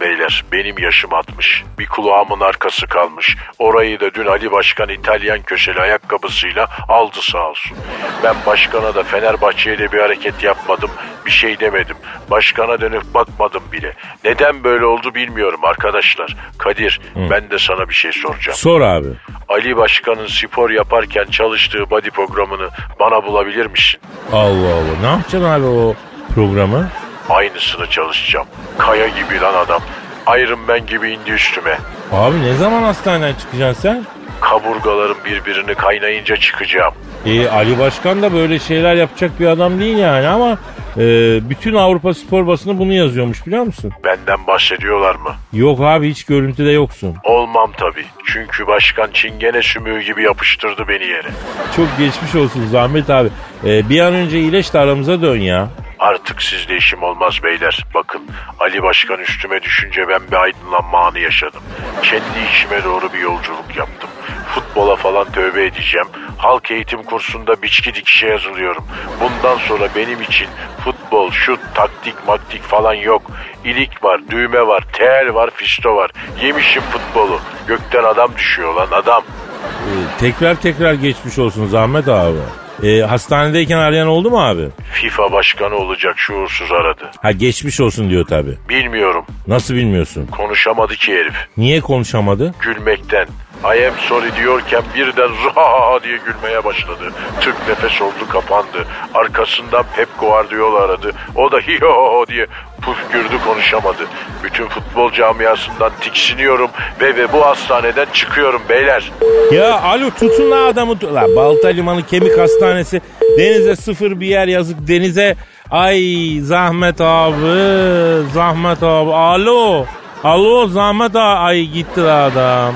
beyler. Benim yaşım altmış. Bir kulağımın arkası kalmış. Orayı da dün Ali Başkan İtalyan köşeli ayakkabısıyla aldı sağ olsun. Ben başkana da Fenerbahçe'ye de bir hareket yapmadım. Bir şey demedim. Başkana dönüp bakmadım bile. Neden böyle oldu bilmiyorum arkadaşlar. Kadir, Hı. ben de sana bir şey soracağım. Sor abi. Ali Başkan'ın spor yaparken çalıştığı body programını bana bulabilir misin? Allah Allah. Ne yapacaksın abi o programı? Aynısını çalışacağım. Kaya gibi lan adam. Iron Man gibi indi üstüme. Abi ne zaman hastaneden çıkacaksın sen? Kaburgalarım birbirini kaynayınca çıkacağım. E, Ali Başkan da böyle şeyler yapacak bir adam değil yani ama e, bütün Avrupa spor basını bunu yazıyormuş, biliyor musun? Benden bahsediyorlar mı? Yok abi, hiç görüntüde yoksun. Olmam tabii. Çünkü başkan çingene sümüğü gibi yapıştırdı beni yere. Çok geçmiş olsun Zahmet abi. E, bir an önce iyileş de aramıza dön ya. Artık sizle işim olmaz beyler. Bakın, Ali Başkan üstüme düşünce ben bir aydınlanma anı yaşadım. Kendi işime doğru bir yolculuk yaptım. Futbola falan tövbe edeceğim. Halk eğitim kursunda biçki dikişe yazılıyorum. Bundan sonra benim için futbol, şut, taktik, maktik falan yok. İlik var, düğme var, tel var, fisto var. Yemişim futbolu. Gökten adam düşüyor lan adam. Ee, tekrar tekrar geçmiş olsun Zahmet abi. Ee, hastanedeyken arayan oldu mu abi? FIFA başkanı olacak şuursuz aradı. Ha, geçmiş olsun diyor tabii. Bilmiyorum. Nasıl bilmiyorsun? Konuşamadı ki herif. Niye konuşamadı? Gülmekten. I am sorry diyorken birden zaa diye gülmeye başladı. Tık nefes oldu, kapandı. Arkasından Pep Guardiola aradı. O da hiyo diye püfkürdü, konuşamadı. Bütün futbol camiasından tiksiniyorum ve ve bu hastaneden çıkıyorum beyler. Ya alo, tutun la adamı. La Balta Limanı Kemik Hastanesi. Denize sıfır bir yer, yazık denize. Ay Zahmet abi, Zahmet abi. Alo, alo Zahmet abi. Ay gitti la adam.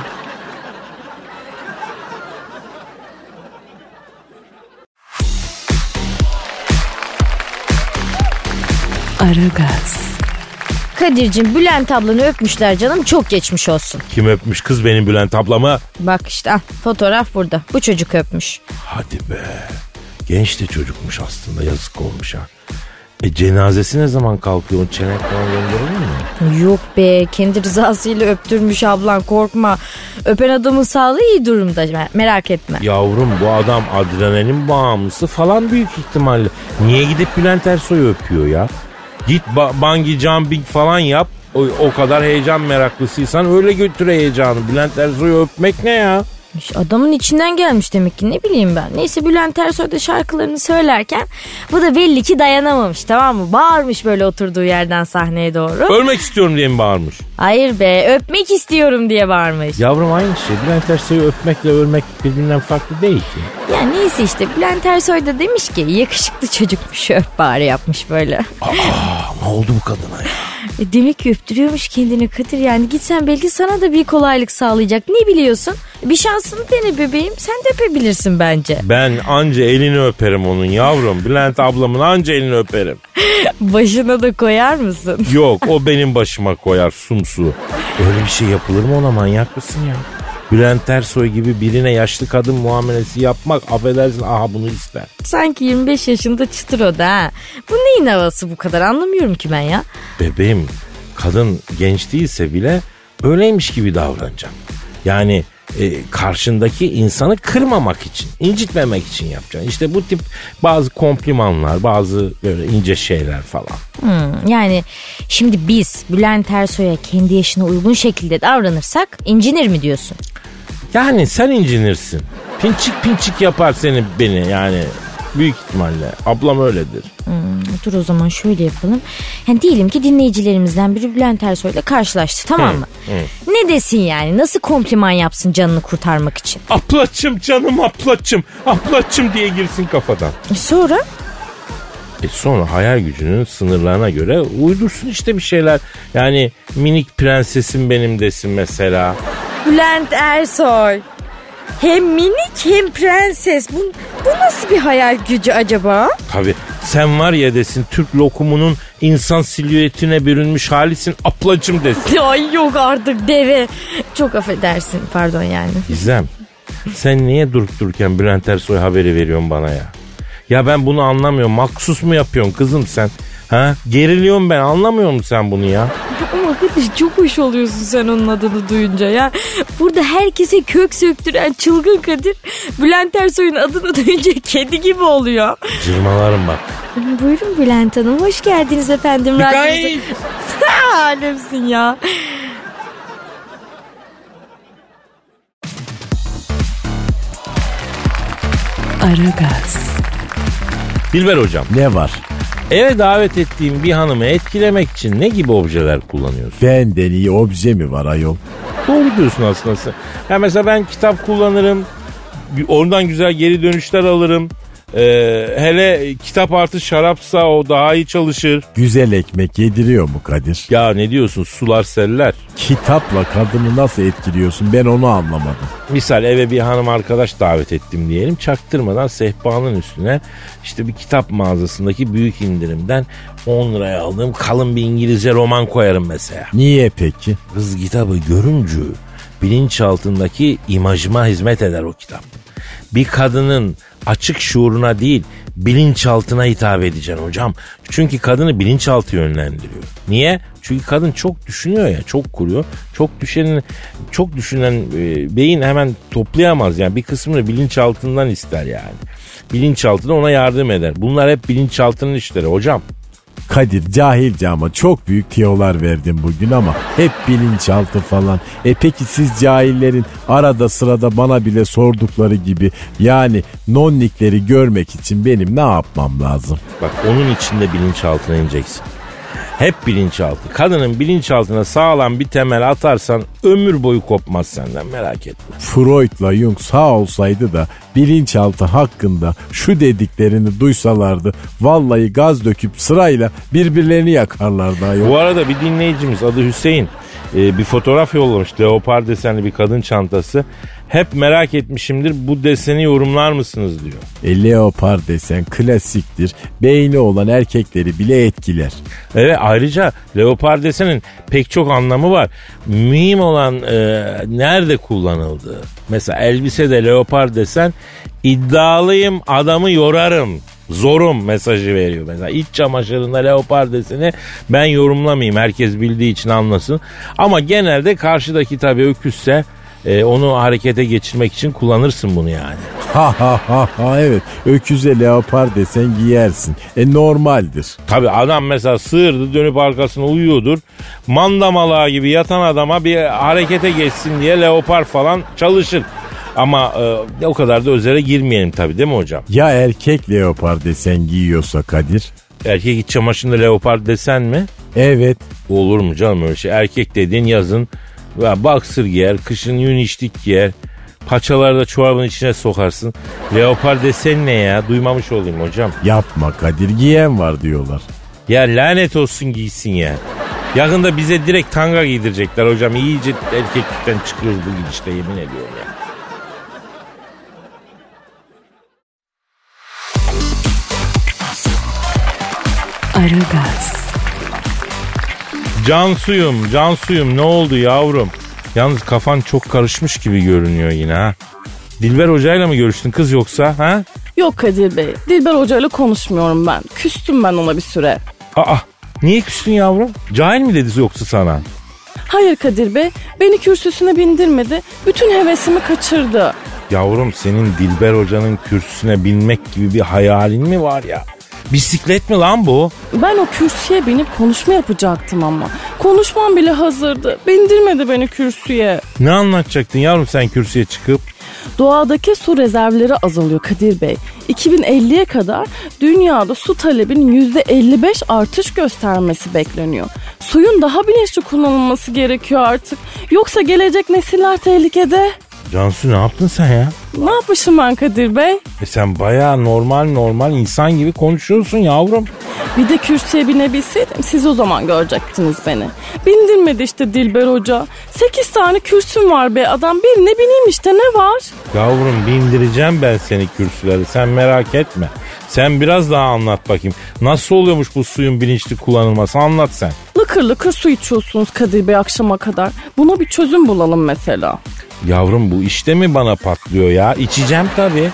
Aragaz. Kadir'cim, Bülent ablanı öpmüşler canım, çok geçmiş olsun. Kim öpmüş kız benim Bülent ablamı? Bak işte, fotoğraf burada. Bu çocuk öpmüş. Hadi be. Genç de çocukmuş aslında, yazık olmuş ha. E cenazesi ne zaman kalkıyor? Çenek falan gönderilir mi? Yok be, kendi rızasıyla öptürmüş ablan, korkma. Öpen adamın sağlığı iyi durumda, merak etme. Yavrum, bu adam adrenalin bağımlısı falan büyük ihtimalle. Niye gidip Bülent Ersoy'u öpüyor ya? Git ba- bungee jumping falan yap. O, o kadar heyecan meraklısıysan öyle götür heyecanı. Bülent Ersoy'u öpmek ne ya? Adamın içinden gelmiş demek ki, ne bileyim ben. Neyse, Bülent Ersoy da şarkılarını söylerken bu da belli ki dayanamamış, tamam mı? Bağırmış böyle oturduğu yerden sahneye doğru. Ölmek istiyorum diye mi bağırmış? Hayır be, öpmek istiyorum diye bağırmış. Yavrum aynı şey. Bülent Ersoy'u öpmekle ölmek birbirinden farklı değil ki. Ya neyse işte, Bülent Ersoy da demiş ki yakışıklı çocukmuş, öp bari yapmış böyle. Aa, ne oldu bu kadına ya? E demek ki öptürüyormuş kendini Kadir, yani gitsen belki sana da bir kolaylık sağlayacak, ne biliyorsun? Bir şansını dene bebeğim, sen de öpebilirsin bence. Ben anca elini öperim onun yavrum. Bülent ablamın anca elini öperim. Başına da koyar mısın? Yok, o benim başıma koyar sumsu. Öyle bir şey yapılır mı ona, manyak mısın ya? Bülent Ersoy gibi birine yaşlı kadın muamelesi yapmak, affedersin, aha bunu ister. Sanki yirmi beş yaşında çıtır o da ha. Bu neyin havası bu kadar, anlamıyorum ki ben ya. Bebeğim, kadın genç değilse bile öyleymiş gibi davranacağım. Yani e, karşındaki insanı kırmamak için, incitmemek için yapacaksın. İşte bu tip bazı komplimanlar, bazı böyle ince şeyler falan. Hmm, yani şimdi biz Bülent Ersoy'a kendi yaşına uygun şekilde davranırsak incinir mi diyorsun? Yani sen incinirsin. Pinçik pinçik yapar seni beni yani. Büyük ihtimalle. Ablam öyledir. Hmm, dur o zaman şöyle yapalım. Yani diyelim ki dinleyicilerimizden biri Bülent Ersoy'la karşılaştı, tamam mı? Hı, hı. Ne desin yani? Nasıl kompliman yapsın canını kurtarmak için? Aplaçım canım, aplaçım, aplaçım diye girsin kafadan. E sonra? E sonra hayal gücünün sınırlarına göre uydursun işte bir şeyler. Yani minik prensesim benim desin mesela. Bülent Ersoy. Hem minik hem prenses. Bu, bu nasıl bir hayal gücü acaba? Tabii sen var ya desin, Türk lokumunun insan silüetine bürünmüş halisin, aplacım desin. Ay yok artık deve. Çok affedersin, pardon yani. Gizem, sen niye durup dururken Bülent Ersoy haberi veriyorsun bana ya? Ya ben bunu anlamıyorum. Maksus mu yapıyorsun kızım sen? Ha? Geriliyorum ben, anlamıyor musun sen bunu ya? Ama Kadir çok hoş oluyorsun sen onun adını duyunca ya. Burada herkese kök söktüren çılgın Kadir Bülent Ersoy'un adını duyunca kedi gibi oluyor. Cırmalarım bak. Buyurun Bülent Hanım, hoş geldiniz efendim. Radyomuza. Alemsin ya. Aragaz. Dilber hocam. Ne var? Eve davet ettiğim bir hanımı etkilemek için ne gibi objeler kullanıyorsun? Benden iyi obje mi var ayol? Doğru diyorsun aslında. Ya mesela ben kitap kullanırım. Oradan güzel geri dönüşler alırım. Ee, hele kitap artı şarapsa o daha iyi çalışır. Güzel ekmek yediriyor mu Kadir? Ya ne diyorsun, sular seller. Kitapla kadını nasıl etkiliyorsun, ben onu anlamadım. Misal eve bir hanım arkadaş davet ettim diyelim. Çaktırmadan sehpanın üstüne işte bir kitap mağazasındaki büyük indirimden on liraya aldığım kalın bir İngilizce roman koyarım mesela. Niye peki? Kız kitabı görünce bilinçaltındaki imajıma hizmet eder o kitap. Bir kadının açık şuuruna değil bilinçaltına hitap edeceksin hocam. Çünkü kadını bilinçaltı yönlendiriyor. Niye? Çünkü kadın çok düşünüyor ya, çok kuruyor. Çok düşen, çok düşünen e, beyin hemen toplayamaz yani, bir kısmını bilinçaltından ister yani. Bilinçaltı da ona yardım eder. Bunlar hep bilinçaltının işleri hocam. Kadir cahilce ama çok büyük tiyolar verdin bugün ama hep bilinçaltı falan. E peki siz cahillerin arada sırada bana bile sordukları gibi yani nonnikleri görmek için benim ne yapmam lazım? Bak onun içinde bilinçaltına ineceksin. Hep bilinçaltı. Kadının bilinçaltına sağlam bir temel atarsan ömür boyu kopmaz senden, merak etme. Freud'la Jung sağ olsaydı da bilinçaltı hakkında şu dediklerini duysalardı vallahi gaz döküp sırayla birbirlerini yakarlardı ayol. Bu arada bir dinleyicimiz adı Hüseyin e, bir fotoğraf yollamış. Leopar desenli bir kadın çantası. Hep merak etmişimdir, bu deseni yorumlar mısınız diyor. E leopar desen klasiktir. Beyni olan erkekleri bile etkiler. Evet, ayrıca leopar desenin pek çok anlamı var. Mühim olan e, nerede kullanıldığı. Mesela elbisede leopar desen iddialıyım, adamı yorarım, zorum mesajı veriyor. Mesela iç çamaşırında leopar deseni ben yorumlamayayım, herkes bildiği için anlasın. Ama genelde karşıdaki tabii öküzse e, onu harekete geçirmek için kullanırsın bunu yani. Ha ha ha ha evet, öküze leopar desen giyersin. E normaldir. Tabii adam mesela sığırdı, dönüp arkasına uyuyordur. Mandamalağı gibi yatan adama bir harekete geçsin diye leopar falan çalışır. Ama e, o kadar da özele girmeyelim tabii, değil mi hocam? Ya erkek leopar desen giyiyorsa Kadir? Erkek iç çamaşırında leopar desen mi? Evet. Olur mu canım öyle şey? Erkek dediğin yazın boxer giyer, kışın yün içlik giyer. Paçaları da çorabın içine sokarsın. Leopar desen ne ya? Duymamış olayım hocam. Yapma Kadir, giyen var diyorlar. Ya lanet olsun giysin ya. Yakında bize direkt tanga giydirecekler hocam. İyice erkeklikten çıkıyoruz bu gidişle, yemin ediyorum ya. Aragaz. Cansuyum, Cansuyum ne oldu yavrum? Yalnız kafan çok karışmış gibi görünüyor yine ha. Dilber hocayla mı görüştün kız yoksa ha? Yok Kadir Bey, Dilber hocayla konuşmuyorum ben. Küstüm ben ona bir süre. Aa, niye küstün yavrum? Cahil mi dedi yoksa sana? Hayır Kadir Bey, beni kürsüsüne bindirmedi. Bütün hevesimi kaçırdı. Yavrum senin Dilber hocanın kürsüsüne binmek gibi bir hayalin mi var ya? Bisiklet mi lan bu? Ben o kürsüye binip konuşma yapacaktım ama. Konuşmam bile hazırdı. Bindirmedi beni kürsüye. Ne anlatacaktın yavrum sen kürsüye çıkıp? Doğadaki su rezervleri azalıyor Kadir Bey. iki bin elliye kadar dünyada su talebinin yüzde elli beş artış göstermesi bekleniyor. Suyun daha bilinçli kullanılması gerekiyor artık. Yoksa gelecek nesiller tehlikede. Cansu ne yaptın sen ya? Ne yapmışım ben Kadir Bey? E sen bayağı normal normal insan gibi konuşuyorsun yavrum. Bir de kürsüye binebilseydim siz o zaman görecektiniz beni. Bindirmedi işte Dilber Hoca. Sekiz tane kürsüm var be adam, birine bineyim işte, ne var? Yavrum bindireceğim ben seni kürsülere, sen merak etme. Sen biraz daha anlat bakayım. Nasıl oluyormuş bu suyun bilinçli kullanılması, anlat sen. Lıkır lıkır su içiyorsunuz Kadir Bey akşama kadar. Buna bir çözüm bulalım mesela. Yavrum bu işte mi bana patlıyor ya? İçeceğim tabii.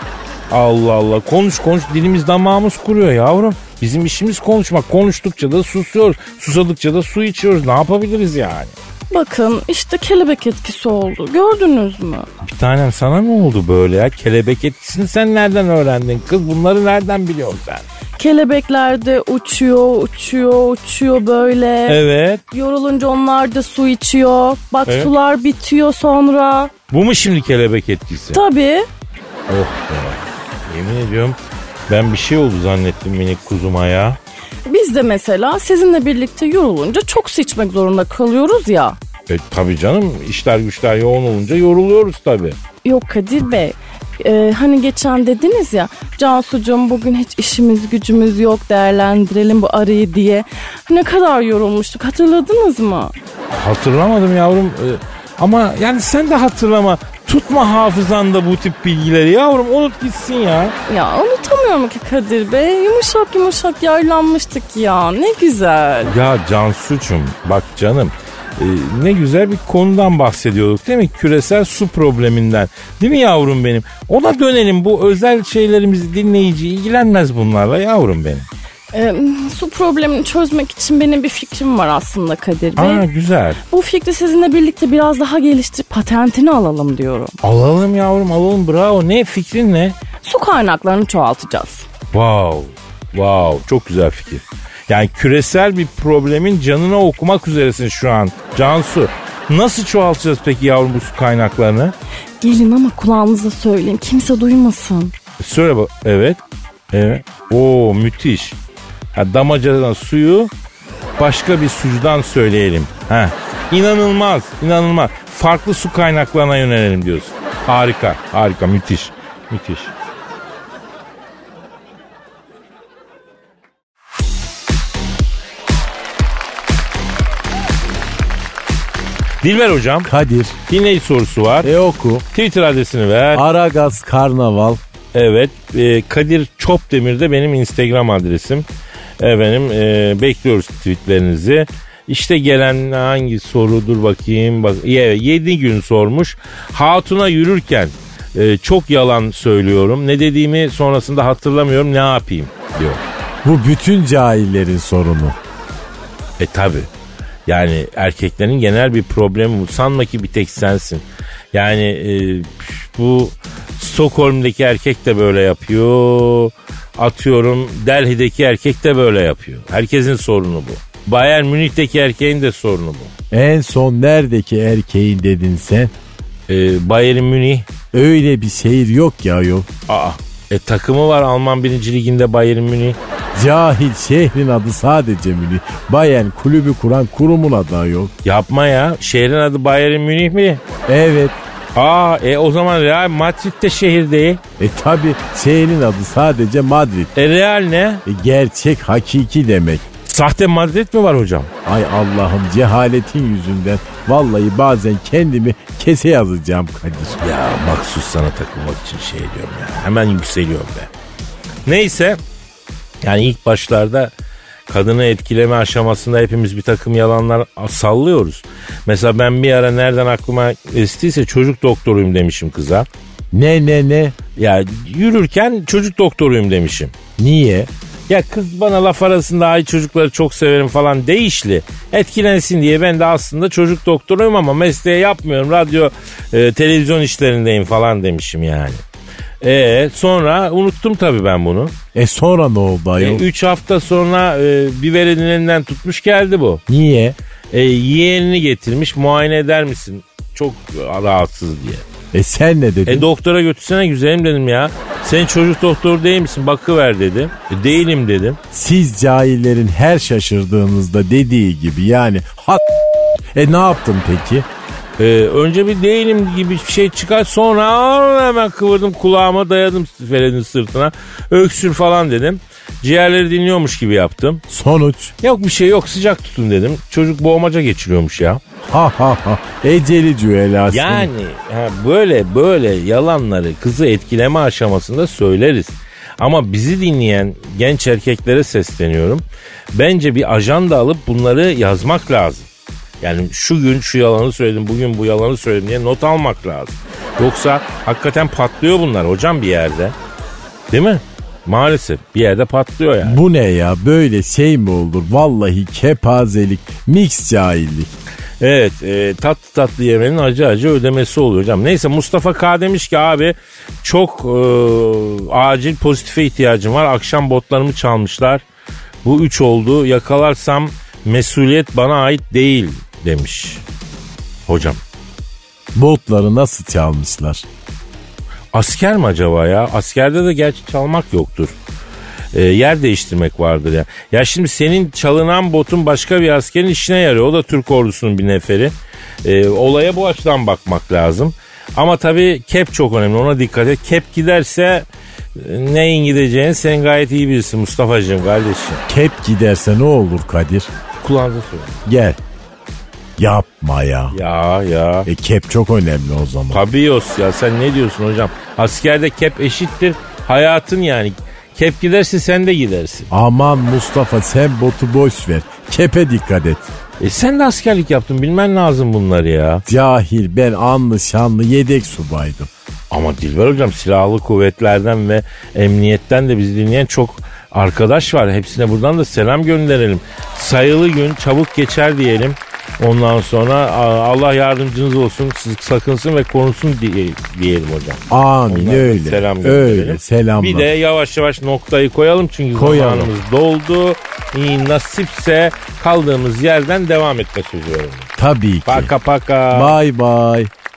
Allah Allah. Konuş konuş, dilimiz damağımız kuruyor yavrum. Bizim işimiz konuşmak. Konuştukça da susuyoruz. Susadıkça da su içiyoruz. Ne yapabiliriz yani? Bakın işte kelebek etkisi oldu. Gördünüz mü? Bir tanem, sana ne oldu böyle ya? Kelebek etkisini sen nereden öğrendin kız? Bunları nereden biliyorsun sen? Kelebekler de uçuyor, uçuyor, uçuyor böyle. Evet. Yorulunca onlar da su içiyor. Bak Evet. sular bitiyor sonra. Bu mu şimdi kelebek etkisi? Tabii. Oh be. Yemin ediyorum ben bir şey oldu zannettim minik kuzuma ya. Biz de mesela sizinle birlikte yorulunca çok su içmek zorunda kalıyoruz ya. E tabii canım, işler güçler yoğun olunca yoruluyoruz tabii. Yok Kadir Bey. Ee, hani geçen dediniz ya, Cansucuğum bugün hiç işimiz gücümüz yok, değerlendirelim bu arayı diye. Ne kadar yorulmuştuk, hatırladınız mı? Hatırlamadım yavrum. Ee, ama yani sen de hatırlama. Tutma hafızanda bu tip bilgileri yavrum, unut gitsin ya. Ya unutamıyorum ki Kadir Bey. Yumuşak yumuşak yarlanmıştık ya, ne güzel. Ya Cansu'cum bak canım. Ee, ne güzel bir konudan bahsediyorduk değil mi? Küresel su probleminden. Değil mi yavrum benim? Ona dönelim, bu özel şeylerimizi dinleyici ilgilenmez bunlarla yavrum benim. Ee, su problemini çözmek için benim bir fikrim var aslında Kadir Bey. Aa, güzel. Bu fikri sizinle birlikte biraz daha geliştirip patentini alalım diyorum. Alalım yavrum, alalım, bravo. Ne fikrin ne? Su kaynaklarını çoğaltacağız. Wow, wow, çok güzel fikir. Yani küresel bir problemin canına okumak üzeresin şu an Cansu. Nasıl çoğaltacağız peki yavrum bu su kaynaklarını? Gelin ama kulağınıza söyleyin, kimse duymasın. Söyle bak. Evet. Evet. Oo, müthiş. Ha, damacadan suyu başka bir sucudan söyleyelim. Ha. İnanılmaz, inanılmaz. Farklı su kaynaklarına yönelelim diyorsun. Harika, harika, müthiş, müthiş. Dilber hocam, Kadir. dinleyici sorusu var. E oku. Twitter adresini ver. Aragaz Karnaval. Evet, e, Kadir Çopdemir de benim Instagram adresim. Efendim, e, bekliyoruz tweetlerinizi. İşte gelen hangi sorudur bakayım. Bak, yedi gün sormuş. Hatuna yürürken e, çok yalan söylüyorum. Ne dediğimi sonrasında hatırlamıyorum, ne yapayım diyor. Bu bütün cahillerin sorunu. E tabi. Yani erkeklerin genel bir problemi bu. Sanma ki bir tek sensin. Yani e, bu Stockholm'daki erkek de böyle yapıyor. Atıyorum Delhi'deki erkek de böyle yapıyor. Herkesin sorunu bu. Bayern Münih'teki erkeğin de sorunu bu. En son neredeki erkeğin dedin sen? E, Bayern Münih. Öyle bir şehir yok ya yok. Aa, e, takımı var Alman birinci Ligi'nde Bayern Münih. Cahil, şehrin adı sadece Münih. Bayern kulübü kuran kurumun adı yok. Yapma ya, şehrin adı Bayern Münih mi? Evet. Aa, e o zaman Real Madrid de şehir değil. E tabi şehrin adı sadece Madrid. E Real ne? E, gerçek, hakiki demek. Sahte Madrid mi var hocam? Ay Allah'ım, cehaletin yüzünden vallahi bazen kendimi kese yazacağım Kadir. Ya maksus sana takılmak için şey diyorum ya. Hemen yükseliyorum be. Neyse. Yani ilk başlarda kadını etkileme aşamasında hepimiz bir takım yalanlar sallıyoruz. Mesela ben bir ara nereden aklıma estiyse çocuk doktoruyum demişim kıza. Ne ne ne? Ya yürürken çocuk doktoruyum demişim. Niye? Ya kız bana laf arasında ay çocukları çok severim falan değişli. Etkilensin diye ben de aslında çocuk doktoruyum ama mesleği yapmıyorum. Radyo, e, televizyon işlerindeyim falan demişim yani. E sonra unuttum tabii ben bunu. E sonra ne oldu ayol? E, üç hafta sonra e, bir veledin elinden tutmuş geldi bu. Niye? E, yeğenini getirmiş, muayene eder misin? Çok rahatsız diye. E sen ne dedin? E doktora götürsene güzelim dedim ya. Sen çocuk doktoru değil misin? Bakıver dedi. E, değilim dedim. Siz cahillerin her şaşırdığınızda dediği gibi yani hat... E ne yaptın peki? Ee, önce bir değilim gibi bir şey çıkar, sonra hemen kıvırdım, kulağıma dayadım veledin sırtına, öksür falan dedim, ciğerleri dinliyormuş gibi yaptım. Sonuç? Yok bir şey yok, sıcak tutun dedim. Çocuk boğmaca geçiriyormuş ya. Ha ha ha, eceli cüelası. Yani ha, böyle böyle yalanları kızı etkileme aşamasında söyleriz. Ama bizi dinleyen genç erkeklere sesleniyorum. Bence bir ajanda alıp bunları yazmak lazım. Yani şu gün şu yalanı söyledim, bugün bu yalanı söyledim diye not almak lazım. Yoksa hakikaten patlıyor bunlar hocam bir yerde. Değil mi? Maalesef bir yerde patlıyor yani. Bu ne ya, böyle şey mi olur? Vallahi kepazelik, mix cahillik. Evet, e, tatlı tatlı yemenin acı acı ödemesi oluyor hocam. Neyse, Mustafa K demiş ki abi çok e, acil pozitife ihtiyacım var. Akşam botlarımı çalmışlar. Bu üç oldu. Yakalarsam mesuliyet bana ait değil demiş. Hocam. Botları nasıl çalmışlar? Asker mi acaba ya? Askerde de gerçi çalmak yoktur. E, yer değiştirmek vardır ya. Ya şimdi senin çalınan botun başka bir askerin işine yarıyor. O da Türk ordusunun bir neferi. E, olaya bu açıdan bakmak lazım. Ama tabii kep çok önemli, ona dikkat et. Kep giderse e, neyin gideceğini sen gayet iyi bilirsin Mustafa'cığım kardeşim. Kep giderse ne olur Kadir? Kulağınıza söyle. Gel. Yapma ya. Ya ya. E kep çok önemli o zaman. Tabii yos ya, sen ne diyorsun hocam? Askerde kep eşittir hayatın yani. Kep giderse sen de gidersin. Aman Mustafa, sen botu boş ver. Kepe dikkat et. E sen de askerlik yaptın, bilmen lazım bunları ya. Cahil, ben anlı şanlı yedek subaydım. Ama Dilber hocam, silahlı kuvvetlerden ve emniyetten de bizi dinleyen çok arkadaş var. Hepsine buradan da selam gönderelim. Sayılı gün çabuk geçer diyelim. Ondan sonra Allah yardımcınız olsun, siz sakınsın ve korusun diye, diyelim hocam. Amin. Ondan öyle. Selam öyle selamlar. Bir de yavaş yavaş noktayı koyalım çünkü koyalım. Zamanımız doldu. İyi nasipse kaldığımız yerden devam etmek üzere. Tabii ki. Paka paka. Bye bye.